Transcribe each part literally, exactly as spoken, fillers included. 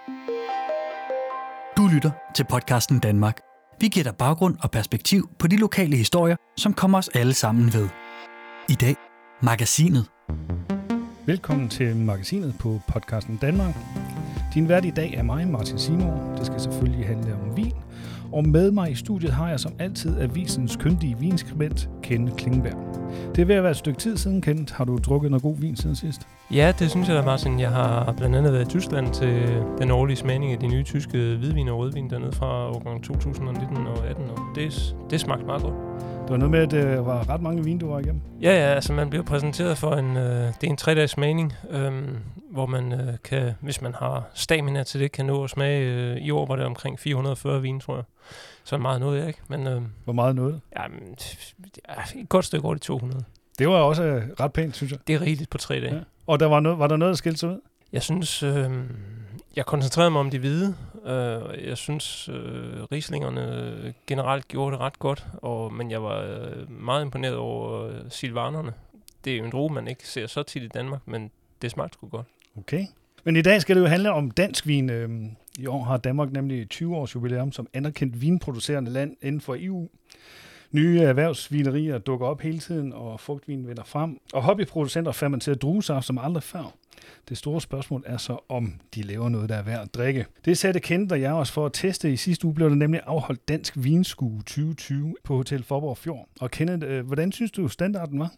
Du lytter til podcasten Danmark. Vi giver dig baggrund og perspektiv på de lokale historier, som kommer os alle sammen ved. I dag, Magasinet. Velkommen til Magasinet på podcasten Danmark. Din vært i dag er mig, Martin Simon. Det skal selvfølgelig handle om vin. Og med mig i studiet har jeg som altid avisens kyndige vinskribent, Kenneth Klingberg. Det er ved at være et stykke tid siden, Kenneth. Har du drukket noget god vin siden sidst? Ja, det synes jeg da, Martin. Jeg har blandt andet været i Tyskland til den årlige smagning af de nye tyske hvidvin og rødvin dernede fra årgang to tusind nitten og atten, og det, det smagte meget godt. Det var noget med, at det var ret mange vin, du var igennem? Ja, ja, altså man bliver præsenteret for en, øh, det er en tre-dages smagning, øh, hvor man øh, kan, hvis man har stamina til det, kan nå at smage. Øh, I år var det omkring fire hundrede og fyrre vin, tror jeg. Så meget nåede jeg ikke. Men, øh, Hvor meget nåede? Ja, et godt stykke over de to hundrede. Det var også ret pænt, synes jeg. Det er rigeligt på tre dage. Ja. Og der var, noget, var der noget, der skilte sig ud? Jeg synes, øh, jeg koncentrerede mig om de hvide. Øh, jeg synes, øh, Rieslingerne generelt gjorde det ret godt, og, men jeg var øh, meget imponeret over øh, silvanerne. Det er jo en druge, man ikke ser så tit i Danmark, men det smagte sgu godt. Okay. Men i dag skal det jo handle om dansk vin. I år har Danmark nemlig tyve års jubilæum som anerkendt vinproducerende land inden for E U. Nye erhvervsvinerier dukker op hele tiden, og frugtvin vinder frem. Og hobbyproducenter fermenterer druesaft som aldrig før. Det store spørgsmål er så, om de laver noget, der er værd at drikke. Det satte Kenneth og jeg også for at teste. I sidste uge blev der nemlig afholdt Dansk Vinskue tyve tyve på Hotel Faaborg Fjord. Og Kenneth, hvordan synes du standarden var?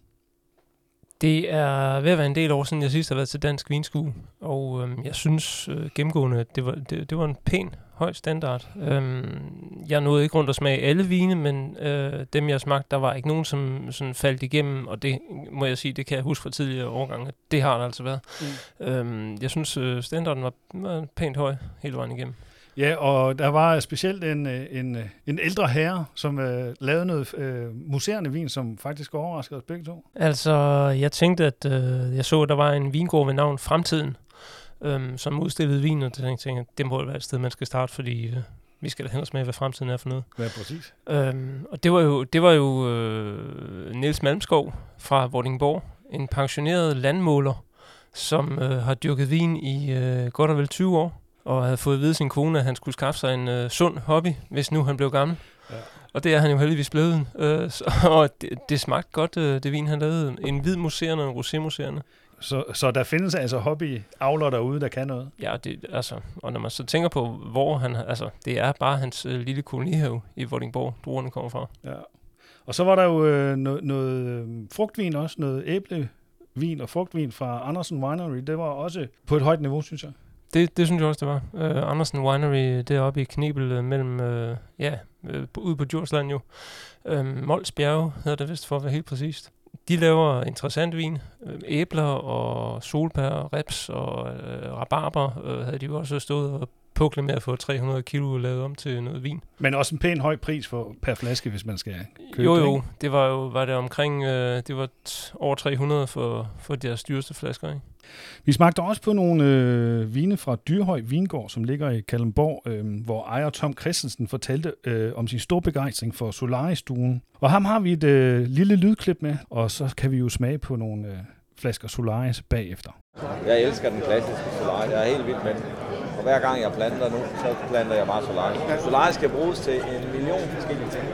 Det er ved at være en del år siden, jeg sidst har været til Dansk Vinskue, og øhm, jeg synes øh, gennemgående, det var, det, det var en pæn, høj standard. Øhm, jeg nåede ikke rundt at smage alle vine, men øh, dem jeg smagte, der var ikke nogen, som sådan faldt igennem, og det må jeg sige, det kan jeg huske fra tidligere årgange. Det har der altså været. Mm. Øhm, jeg synes, øh, standarden var, var pænt høj hele vejen igennem. Ja, og der var specielt en, en, en ældre herre, som øh, lavede noget øh, museerende vin, som faktisk overraskede os begge to. Altså, jeg tænkte, at øh, jeg så, at der var en vingård ved navn Fremtiden, øh, som udstillede vin, og jeg tænkte, at det må være et sted, man skal starte, fordi øh, vi skal da hen og smage, hvad fremtiden er for noget. Ja, præcis. Øhm, og det var jo, det var jo øh, Niels Malmskov fra Vordingborg, en pensioneret landmåler, som øh, har dyrket vin i øh, godt og vel tyve år. Og havde fået at vide sin kone, at han skulle skaffe sig en øh, sund hobby, hvis nu han blev gammel. Ja. Og det er han jo heldigvis blevet. Øh, så, og det, det smagte godt, øh, det vin, han lavede. En hvid museerne og en rosé-museerne. Så, så der findes altså hobby-avler derude, der kan noget? Ja, det, altså, og når man så tænker på, hvor han... Altså, det er bare hans øh, lille kolonihave i Vordingborg, druerne kommer fra. Ja. Og så var der jo øh, noget, noget øh, frugtvin også, noget æblevin og frugtvin fra Andersen Winery. Det var også på et højt niveau, synes jeg. Det, det synes jeg også, det var. Uh, Andersen Winery, deroppe i Knebel, uh, mellem, uh, ja, uh, ude på Djursland jo. Uh, Mols Bjerge hedder det vist, for at være helt præcist. De laver interessant vin. Uh, æbler og solbær, reps og uh, rabarber uh, havde de jo også stået og pukle med at få tre hundrede kilo lavet om til noget vin. Men også en pæn høj pris for, per flaske, hvis man skal købe jo, det, Jo, det var jo var det omkring, uh, det var t- over tre hundrede for, for deres dyreste flasker, ikke? Vi smagte også på nogle øh, vine fra Dyrhøj Vingård, som ligger i Kalundborg, øh, hvor ejer Tom Christensen fortalte øh, om sin store begejstring for Solaris-stuen. Og ham har vi et øh, lille lydklip med, og så kan vi jo smage på nogle øh, flasker Solaris bagefter. Jeg elsker den klassiske Solaris. Jeg er helt vild med den. Og hver gang jeg planter nu, så planter jeg bare Solaris. Solaris skal bruges til en million forskellige ting.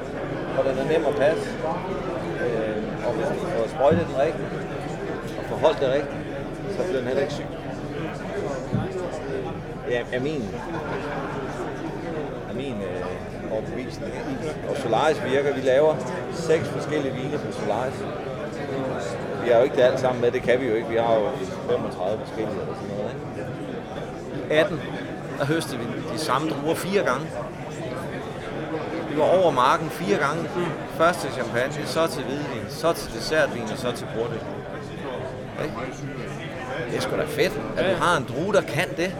Og den er nem at passe. Øh, og hvis du får sprøjtet den rigtigt, og får holdt det rigtigt, så bliver den heller ikke syg. Ja, er min, er min øh, overbevisning. Og Solaris virker. Vi laver seks forskellige vine på Solaris. Vi har jo ikke det alt sammen med, det kan vi jo ikke. Vi har jo femogtredive forskellige eller sådan noget, ikke? atten, der høstede vi de samme druer fire gange. Vi var over marken fire gange. Først til champagne, så til hvidvin, så til dessertvin og så til portvin. Okay? Det er sgu da fedt, at du har en drue, der kan det.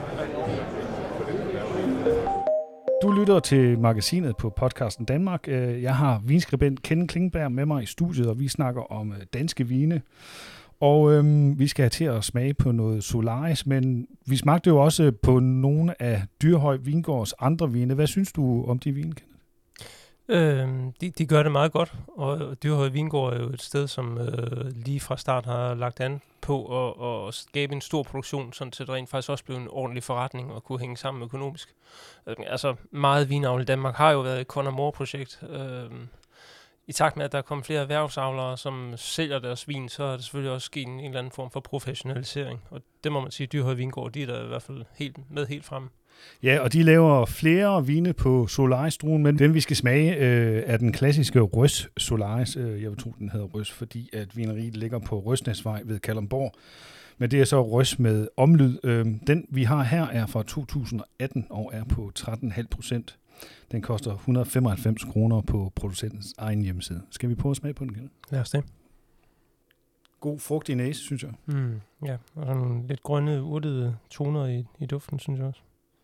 Du lytter til Magasinet på podcasten Danmark. Jeg har vinskribent Kenneth Klingberg med mig i studiet, og vi snakker om danske vine. Og øhm, vi skal have til at smage på noget Solaris, men vi smagte jo også på nogle af Dyrhøj Vingårds andre vine. Hvad synes du om de vine, Kenneth? Øh, de, de gør det meget godt, og Dyrehøj Vingård er jo et sted, som øh, lige fra start har lagt an på at, at skabe en stor produktion, sådan så det rent faktisk også blev en ordentlig forretning og kunne hænge sammen økonomisk. Øh, altså meget vinavl i Danmark har jo været et Conor Moore-projekt. Øh, I takt med, at der er kommet flere erhvervsavlere, som sælger deres vin, så er der selvfølgelig også sket en, en eller anden form for professionalisering. Og det må man sige, Dyrehøj Vingård, de er der i hvert fald helt, med helt fremme. Ja, og de laver flere vine på Solaris-druen, men den vi skal smage øh, er den klassiske Røs Solaris. Jeg vil tro, den hedder Røs, fordi at vineriet ligger på Røsnæsvej ved Kalundborg. Men det er så Røs med omlyd. Øh, den vi har her er fra to tusind atten og er på tretten komma fem procent. Den koster et hundrede og femoghalvfems kroner på producentens egen hjemmeside. Skal vi prøve at smage på den, Kjeld? Lad os det. God frugt i næse, synes jeg. Mm, ja, og der er nogle lidt grønne, urtede toner i, i duften, synes jeg også.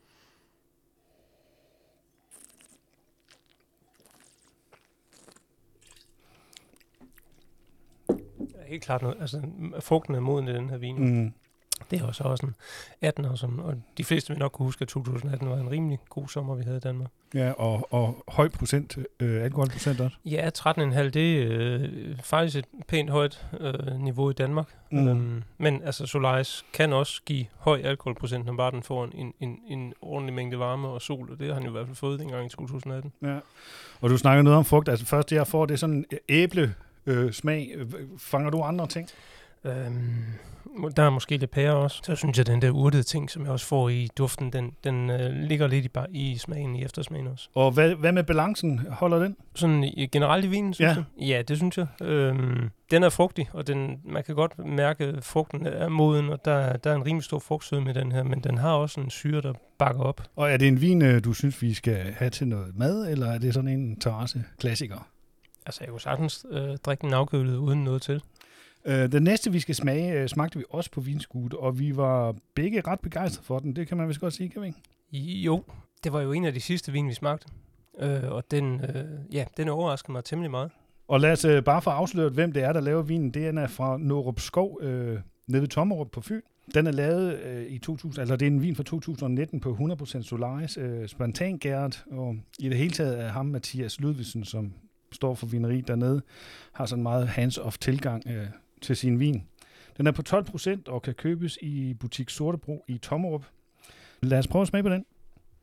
Helt klart noget. Altså, frugten er moden i den her vin. Mm. Det er også også en atten år, som, og de fleste vil nok kunne huske, at to tusind atten var en rimelig god sommer, vi havde i Danmark. Ja, og, og høj procent, øh, alkoholprocent også. Ja, tretten komma fem, det er øh, faktisk et pænt højt øh, niveau i Danmark. Mm. Øhm, men altså Solaris kan også give høj alkoholprocent, når bare den får en, en, en ordentlig mængde varme og sol, og det har han jo i hvert fald fået dengang i to tusind atten. Ja, og du snakker noget om frugt. Altså først det, jeg får, det er sådan en æble øh, smag. Fanger du andre ting? Øhm, der er måske lidt pære også. Så synes jeg, den der urtede ting, som jeg også får i duften, den, den øh, ligger lidt i, bar- i smagen, i eftersmagen også. Og hvad, hvad med balancen? Holder den? Sådan i, generelt i vinen, synes Ja. jeg? Ja, det synes jeg. Øhm, den er frugtig, og den, man kan godt mærke, at frugten er moden, og der, der er en rimelig stor frugtsød med den her, men den har også en syre, der bakker op. Og er det en vin, du synes, vi skal have til noget mad, eller er det sådan en terrasse-klassiker? Altså, jeg kunne sagtens øh, drikke den afkølet uden noget til. Øh, den næste, vi skal smage, øh, smagte vi også på Vinskud, og vi var begge ret begejstrede for den. Det kan man vist godt sige, kan vi ikke? Jo, det var jo en af de sidste vin, vi smagte. Øh, og den, øh, ja, den overraskede mig temmelig meget. Og lad os øh, bare få afsløret, hvem det er, der laver vinen. Det er fra Nårup Skov, øh, nede ved Tommerup på Fyn. Den er lavet øh, i to tusind, altså det er en vin fra to tusind nitten på hundrede procent Solaris, øh, spontangæret, og i det hele taget er ham, Mathias Ludvigsen, som står for vineri dernede, har sådan en meget hands-off tilgang øh, til sin vin. Den er på tolv procent og kan købes i butik Sortebro i Tommerup. Lad os prøve at smage på den.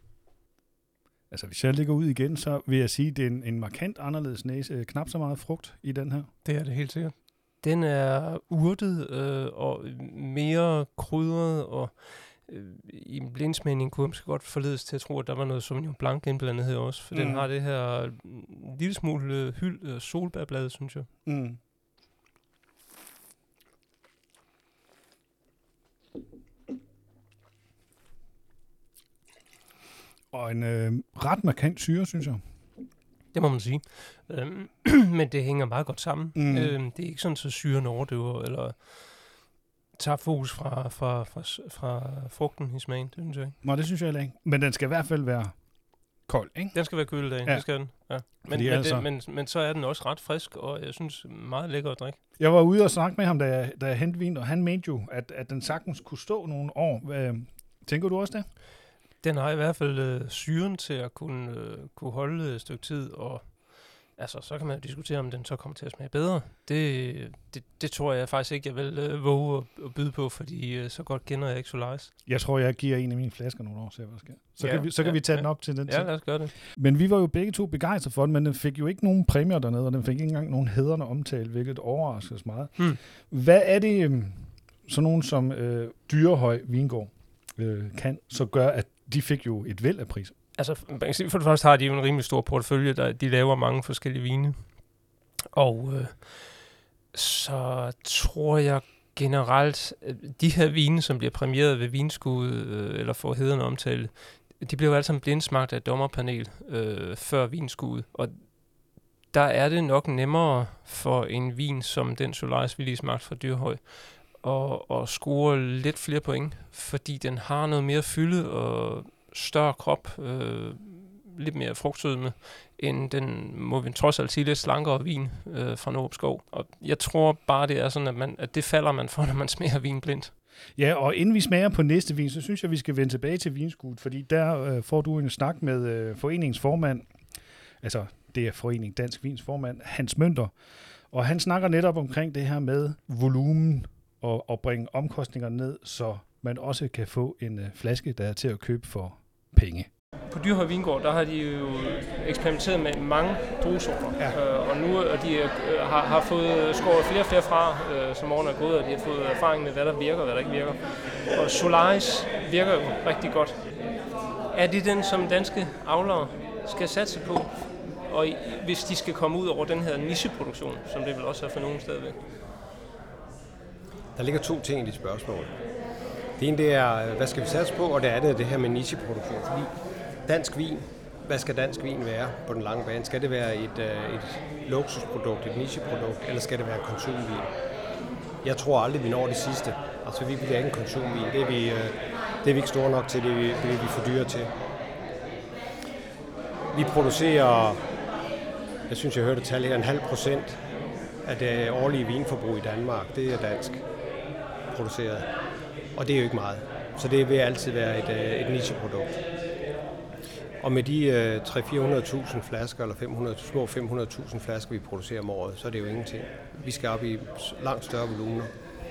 Altså, hvis jeg ligger ud igen, så vil jeg sige, at det er en, en markant anderledes næse. Knap så meget frugt i den her. Det er det helt sikkert. Den er urtet øh, og mere krydret, og øh, i en blindsmagning kunne jeg måske godt forledes til at tro, at der var noget Sauvignon Blanc indblandet her også, for mm. den har det her lille smule hyld øh, solbærblad, synes jeg. Mm. Og en øh, ret markant syre, synes jeg. Det må man sige. Øhm, men det hænger meget godt sammen. Mm. Øhm, det er ikke sådan, så syren overdøver, eller tager fokus fra, fra, fra, fra frugten i smagen. Det synes jeg ikke. Nå, det synes jeg heller ikke. Men den skal i hvert fald være kold, ikke? Den skal være kølet af, ja. det skal den. Ja. Men, men, altså... det, men, men så er den også ret frisk, og jeg synes, meget lækker at drikke. Jeg var ude og snakke med ham, da jeg, da jeg hentede vin, og han mente jo, at, at den sagtens kunne stå nogle år. Hvad, tænker du også det? Den har i hvert fald øh, syren til at kunne, øh, kunne holde et stykke tid, og altså, så kan man jo diskutere, om den så kommer til at smage bedre. Det, det, det tror jeg faktisk ikke, jeg vil øh, våge at, at byde på, fordi øh, så godt kender jeg ikke Solaris. Jeg tror, jeg giver en af mine flasker nogle år, så, hvad sker. så ja, kan vi, så kan ja, vi tage ja. den op til den Ja, tid. lad os gøre det. Men vi var jo begge to begejstrede for den, men den fik jo ikke nogen præmier dernede, og den fik ikke engang nogen hædrende omtale, hvilket overrasker os meget. Hmm. Hvad er det, øh, sådan nogen som øh, Dyrehøj Vingård øh, kan, så gør, at de fik jo et væld af priser? Altså, man kan sige, for det første har de jo en rimelig stor portefølje, der de laver mange forskellige vine. Og øh, så tror jeg generelt, at de her vine, som bliver præmieret ved Vinskud, øh, eller får hæderne omtale, de bliver jo alle sammen blindsmagt af et dommerpanel øh, før Vinskud. Og der er det nok nemmere for en vin, som den Solaris, vi lige smagte fra Dyrehøj, og, og score lidt flere point, fordi den har noget mere fylde og større krop, øh, lidt mere frugtsødme, end den, må vi trods alt sige, lidt slankere vin øh, fra Nårup Skov. Og jeg tror bare, det er sådan, at, man, at det falder man for, når man smager vin blindt. Ja, og inden vi smager på næste vin, så synes jeg, vi skal vende tilbage til Vinskud, fordi der øh, får du en snak med øh, foreningens formand, altså Det er Forening Dansk Vins formand, Hans Mønter. Og han snakker netop omkring det her med volumen og, og bringe omkostningerne ned, så man også kan få en uh, flaske, der er til at købe for penge. På Dyrhøj Vingård, der har de jo eksperimenteret med mange druesorter, ja. øh, og nu og de øh, har, har fået skåret flere og flere fra, øh, som årene er gået, og de har fået erfaring med, hvad der virker og hvad der ikke virker. Og Solaris virker jo rigtig godt. Er det den, som danske avlere skal satse på, og i, hvis de skal komme ud over den her nicheproduktion, som det vil også er for nogen stadigvæk? Der ligger to ting i de spørgsmål. Det ene det er, hvad skal vi satse på, og det andet er det her med nicheproduktion. Fordi dansk vin, hvad skal dansk vin være på den lange bane? Skal det være et, et luksusprodukt, et nicheprodukt, eller skal det være konsumvin? Jeg tror aldrig, vi når det sidste. Altså, vi bliver ikke en konsumvin. Det er vi, det er vi ikke store nok til, det er vi, det er vi for dyre til. Vi producerer, jeg synes, jeg hørte et tal her, en halv procent af det årlige vinforbrug i Danmark. Det er dansk produceret. Og det er jo ikke meget. Så det vil altid være et, et nicheprodukt. Og med de uh, tre hundrede til fire hundrede tusind flasker, eller fem hundrede, små fem hundrede tusind flasker, vi producerer om året, så er det jo ingenting. Vi skal op i langt større volumener.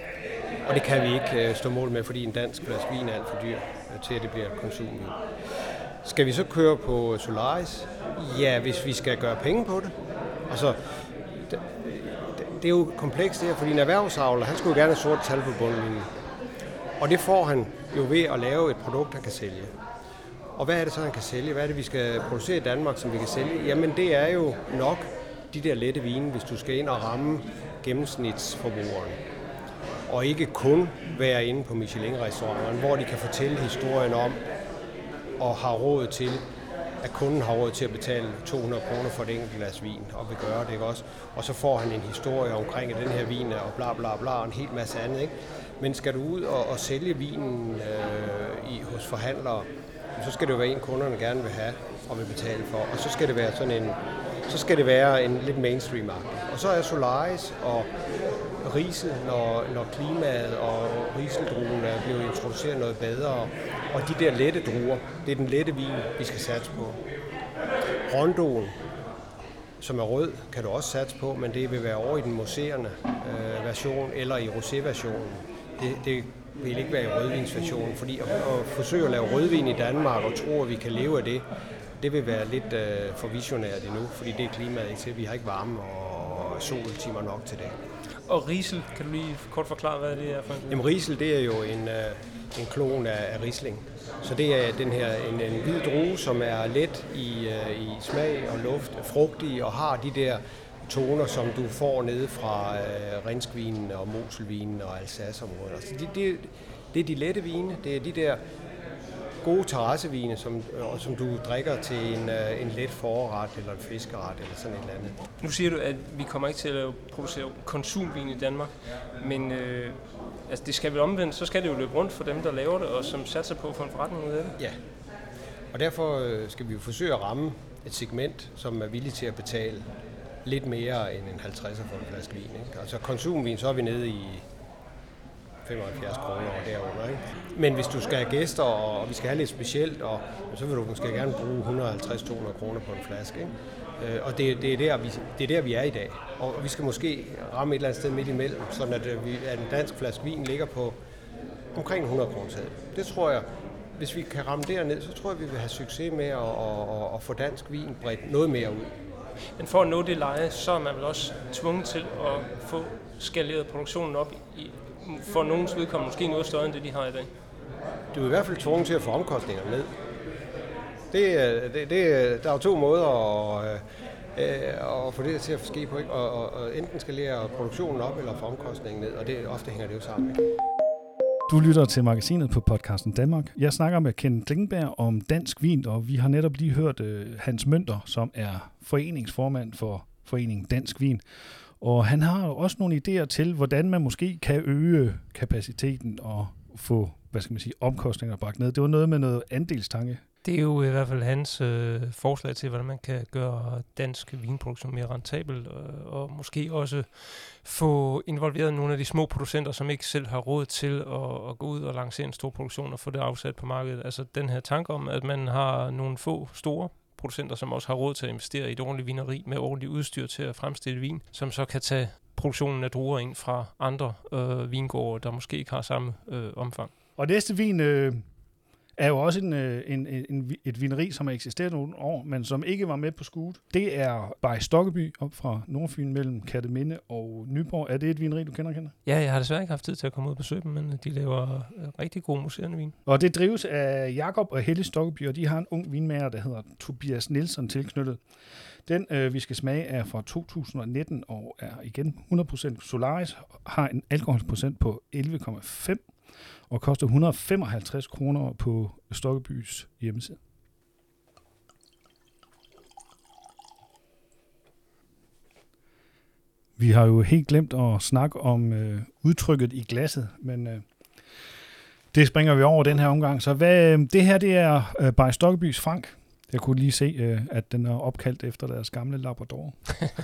Og det kan vi ikke uh, stå mål med, fordi en dansk flaske vin er alt for dyr uh, til, at det bliver et konsumvin. Skal vi så køre på Solaris? Ja, hvis vi skal gøre penge på det. Altså, det, det er jo komplekst det her, fordi en erhvervsavler, han skulle jo gerne have sort tal på bundlinjen. Og det får han jo ved at lave et produkt, han kan sælge. Og hvad er det så, han kan sælge? Hvad er det, vi skal producere i Danmark, som vi kan sælge? Jamen, det er jo nok de der lette vine, hvis du skal ind og ramme gennemsnitsforbrugeren. Og ikke kun være inde på Michelin-restauranterne, hvor de kan fortælle historien om, og har råd til, at kunden har råd til at betale to hundrede kroner for et enkelt glas vin, og vil gøre det, ikke også? Og så får han en historie omkring, at den her vin er, og bla bla bla, og en hel masse andet, ikke? Men skal du ud og, og sælge vinen øh, i, hos forhandlere, så skal det jo være en, kunderne gerne vil have og vil betale for. Og så skal det være sådan en, så skal det være en lidt mainstream marked. Og så er Solaris og Riesel, når, når klimaet og Rieseldruen er blevet introduceret noget bedre. Og de der lette druer, det er den lette vin, vi skal satse på. Rondoen, som er rød, kan du også satse på, men det vil være over i den mousserende øh, version eller i rosé-versionen. Det, det vil ikke være i rødvinsversionen, fordi at, at forsøge at lave rødvin i Danmark og tro, at vi kan leve af det, det vil være lidt øh, for visionært endnu, fordi det er klimaet ikke til. Vi har ikke varme og soltimer nok til det. Og Riesel, kan du lige kort forklare, hvad det er for en? Jamen Riesel, det er jo en, øh, en klon af, af Riesling. Så det er den her en, en hvid drue, som er let i, øh, i smag og luft, frugtig og har de der toner, som du får nede fra øh, Rhinskvinen og Moselvinen og Alsace-området. Altså, det, det, det er de lette vine, det er de der gode terrassevine, som, øh, som du drikker til en, øh, en let forret eller en fiskeret eller sådan et eller andet. Nu siger du, at vi kommer ikke til at producere konsumvin i Danmark, men øh, altså det skal vel omvendt, så skal det jo løbe rundt for dem, der laver det, og som satser på at få en forretning ud af det. Ja, og derfor øh, skal vi jo forsøge at ramme et segment, som er villig til at betale lidt mere end en halvtredser for en flaske vin. Ikke? Altså konsumvin, så er vi nede i femoghalvfjerds kroner og derunder. Ikke? Men hvis du skal have gæster, og vi skal have lidt specielt, og så vil du måske gerne bruge et hundrede og halvtreds til to hundrede kroner på en flaske. Ikke? Og det, det, er der, vi, det er der, vi er i dag. Og vi skal måske ramme et eller andet sted midt imellem, sådan at, vi, at en dansk flaske vin ligger på omkring hundrede kroner. Det tror jeg, hvis vi kan ramme derned, så tror jeg, vi vil have succes med at, at, at, at få dansk vin bredt noget mere ud. Men for at nå det leje, så er man vel også tvunget til at få skaleret produktionen op i, for nogens vedkommende måske noget større end det, de har i dag. Du er i hvert fald tvunget til at få omkostningerne ned. Det, det, det, der er jo to måder at, øh, at få det til at ske på, ikke? Og, og, og enten skalere produktionen op eller få omkostningen ned, og det, ofte hænger det jo sammen. Ikke? Du lytter til magasinet på podcasten Danmark. Jeg snakker med Ken Klingenberg om dansk vin, og vi har netop lige hørt uh, Hans Mønter, som er foreningsformand for Foreningen Dansk Vin. Og han har jo også nogle idéer til, hvordan man måske kan øge kapaciteten og få, hvad skal man sige, omkostninger bragt ned. Det var noget med noget andelstanke. Det er jo i hvert fald hans øh, forslag til, hvordan man kan gøre dansk vinproduktion mere rentabel, og, og måske også få involveret nogle af de små producenter, som ikke selv har råd til at, at gå ud og lancere en stor produktion og få det afsat på markedet. Altså den her tanke om, at man har nogle få store producenter, som også har råd til at investere i et ordentligt vineri med ordentligt udstyr til at fremstille vin, som så kan tage produktionen af druer ind fra andre øh, vingårde, der måske ikke har samme øh, omfang. Og næste vin øh, er jo også en, en, en, et vineri, som har eksisteret nogle år, men som ikke var med på skuet. Det er Bay Stokkeby op fra Nordfyn mellem Kerteminde og Nyborg. Er det et vineri, du kender, kender? Ja, jeg har desværre ikke haft tid til at komme ud og besøge dem, men de laver rigtig god museerende vin. Og det drives af Jakob og Helle Stokkeby, og de har en ung vinmager, der hedder Tobias Nielsen tilknyttet. Den, øh, vi skal smage, er fra to tusind nitten og er igen hundrede procent Solaris, har en alkoholprocent på elleve komma fem og koster et hundrede og femoghalvtreds kroner på Stokkebys hjemmeside. Vi har jo helt glemt at snakke om øh, udtrykket i glasset, men øh, det springer vi over den her omgang. Så hvad, det her, det er øh, Bay Stokkebys Frank. Jeg kunne lige se, øh, at den er opkaldt efter deres gamle Labrador.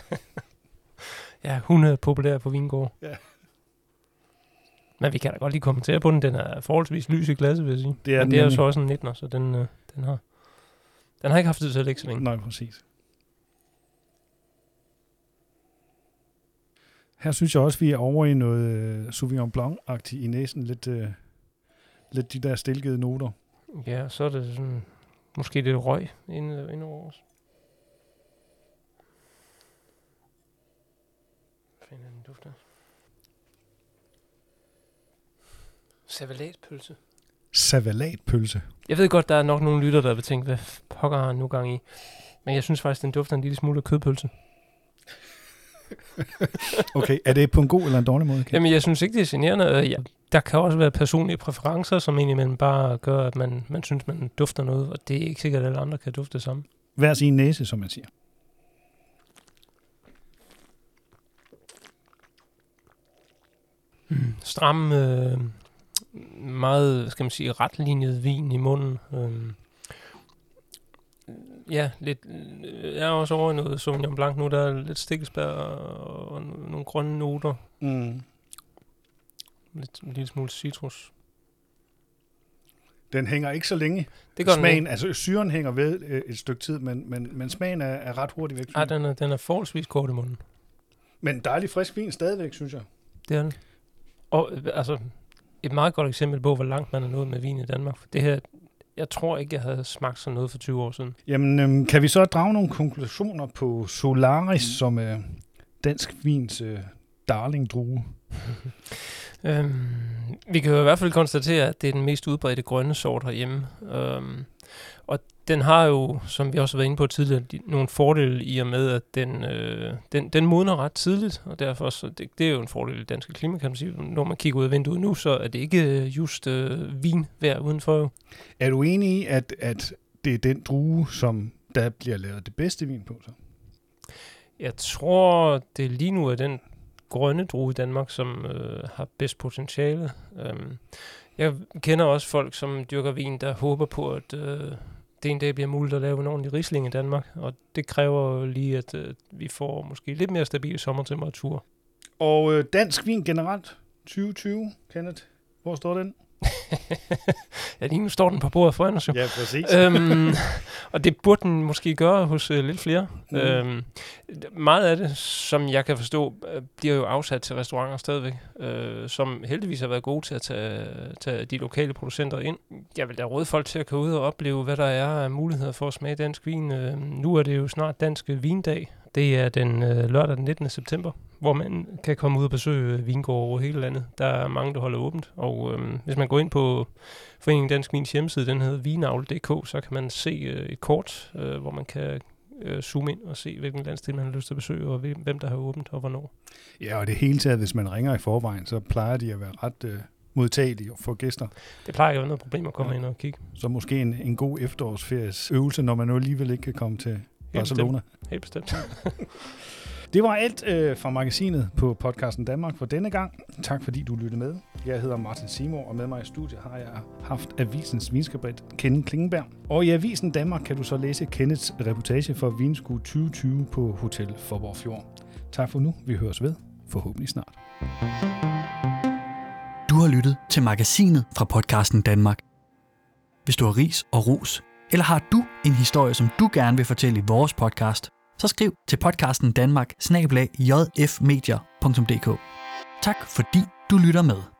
Ja, hun er populær på vingård. Ja. Men vi kan da godt lige kommentere på den. Den er forholdsvis lys i glasset, vil jeg sige. Det er, Men det er jo så også en nittener, så den, øh, den, har, den har ikke haft tid til at lægge så længe. Nej, præcis. Her synes jeg også, vi er over i noget øh, Sauvignon Blanc-agtigt i næsen. Lidt, øh, lidt de der stilkede noter. Ja, så er det sådan, måske lidt røg inde, inde over os. Hvad fanden er den duft af? Savalatpølse. Savalatpølse. Jeg ved godt, der er nok nogle lytter, der vil tænke, hvad pokker har han nu gang i? Men jeg synes faktisk, den dufter en lille smule af kødpølse. Okay, er det på en god eller en dårlig måde? Jamen, jeg synes ikke, det er generende. Ja, der kan også være personlige præferencer, som indimellem bare gør, at man, man synes, man dufter noget, og det er ikke sikkert, at alle andre kan dufte det samme. Hver sin næse, som man siger. Hmm. Stram, øh, meget, skal man sige, retlinjet vin i munden. Øh. Ja, lidt, jeg er også over i noget Sauvignon Blanc nu, der er lidt stikkelsbær og, og nogle grønne noter. Mm. Lidt, en lille smule citrus. Den hænger ikke så længe. Det gør smagen, den altså syren hænger ved øh, et stykke tid, men, men, men smagen er, er ret hurtigt væk. Ej, den er, den er forholdsvis kort i munden. Men dejlig frisk vin stadigvæk, synes jeg. Det er den. Og altså, et meget godt eksempel på, hvor langt man er nået med vin i Danmark. Det her, jeg tror ikke, jeg havde smagt sådan noget for tyve år siden. Jamen, øhm, kan vi så drage nogle konklusioner på Solaris, mm. som er dansk vins øh, darling-drue? øhm, vi kan jo i hvert fald konstatere, at det er den mest udbredte grønne sort herhjemme. Øhm, og den har jo, som vi også har været inde på tidligere, de, nogle fordele i og med, at den, øh, den, den modner ret tidligt, og derfor så det, det er jo en fordel i det danske klima, kan man sige. Når man kigger ud af vinduet nu, så er det ikke just øh, vinvejr udenfor. Er du enig i, at, at det er den drue, som der bliver lavet det bedste vin på? Så? Jeg tror, det lige nu er den grønne drue i Danmark, som øh, har bedst potentiale. Øhm, jeg kender også folk, som dyrker vin, der håber på, at øh, det en dag bliver muligt at lave en ordentlig Riesling i Danmark, og det kræver lige, at øh, vi får måske lidt mere stabile sommertemperaturer. Og øh, dansk vin generelt, tyve tyve, Kenneth, hvor står den? Ja, lige nu står den på bordet foran os jo. Ja, præcis. øhm, og det burde den måske gøre hos øh, lidt flere. Mm. Øhm, meget af det, som jeg kan forstå, øh, bliver jo afsat til restauranter stadigvæk, øh, som heldigvis har været gode til at tage, tage de lokale producenter ind. Jeg vil da råde folk til at komme ud og opleve, hvad der er af muligheder for at smage dansk vin. Øh, nu er det jo snart dansk vindag. Det er den øh, lørdag den nittende september, hvor man kan komme ud og besøge vingårde over hele landet. Der er mange, der holder åbent, og øh, hvis man går ind på Foreningen Dansk Vins hjemmeside, den hedder vinavl punktum d k, så kan man se øh, et kort, øh, hvor man kan øh, zoome ind og se, hvilken landsdel man har lyst til at besøge, og hvem der har åbent og hvornår. Ja, og det hele taget, hvis man ringer i forvejen, så plejer de at være ret øh, modtagelige for gæster. Det plejer ikke at være noget problem at komme ja. ind og kigge. Så måske en, en god efterårsferie øvelse, når man nu alligevel ikke kan komme til Barcelona. Helt bestemt. Det var alt øh, fra magasinet på podcasten Danmark for denne gang. Tak fordi du lyttede med. Jeg hedder Martin Seymour, og med mig i studiet har jeg haft avisens vinskribent Kenneth Klingenberg. Og i Avisen Danmark kan du så læse Kenneths reportage for Vinskue tyve tyve på Hotel Faaborg Fjord. Tak for nu. Vi høres ved. Forhåbentlig snart. Du har lyttet til magasinet fra podcasten Danmark. Hvis du har ris og ros, eller har du en historie, som du gerne vil fortælle i vores podcast, så skriv til podcasten Danmark snabel-a j f medier punktum d k. Tak fordi du lytter med.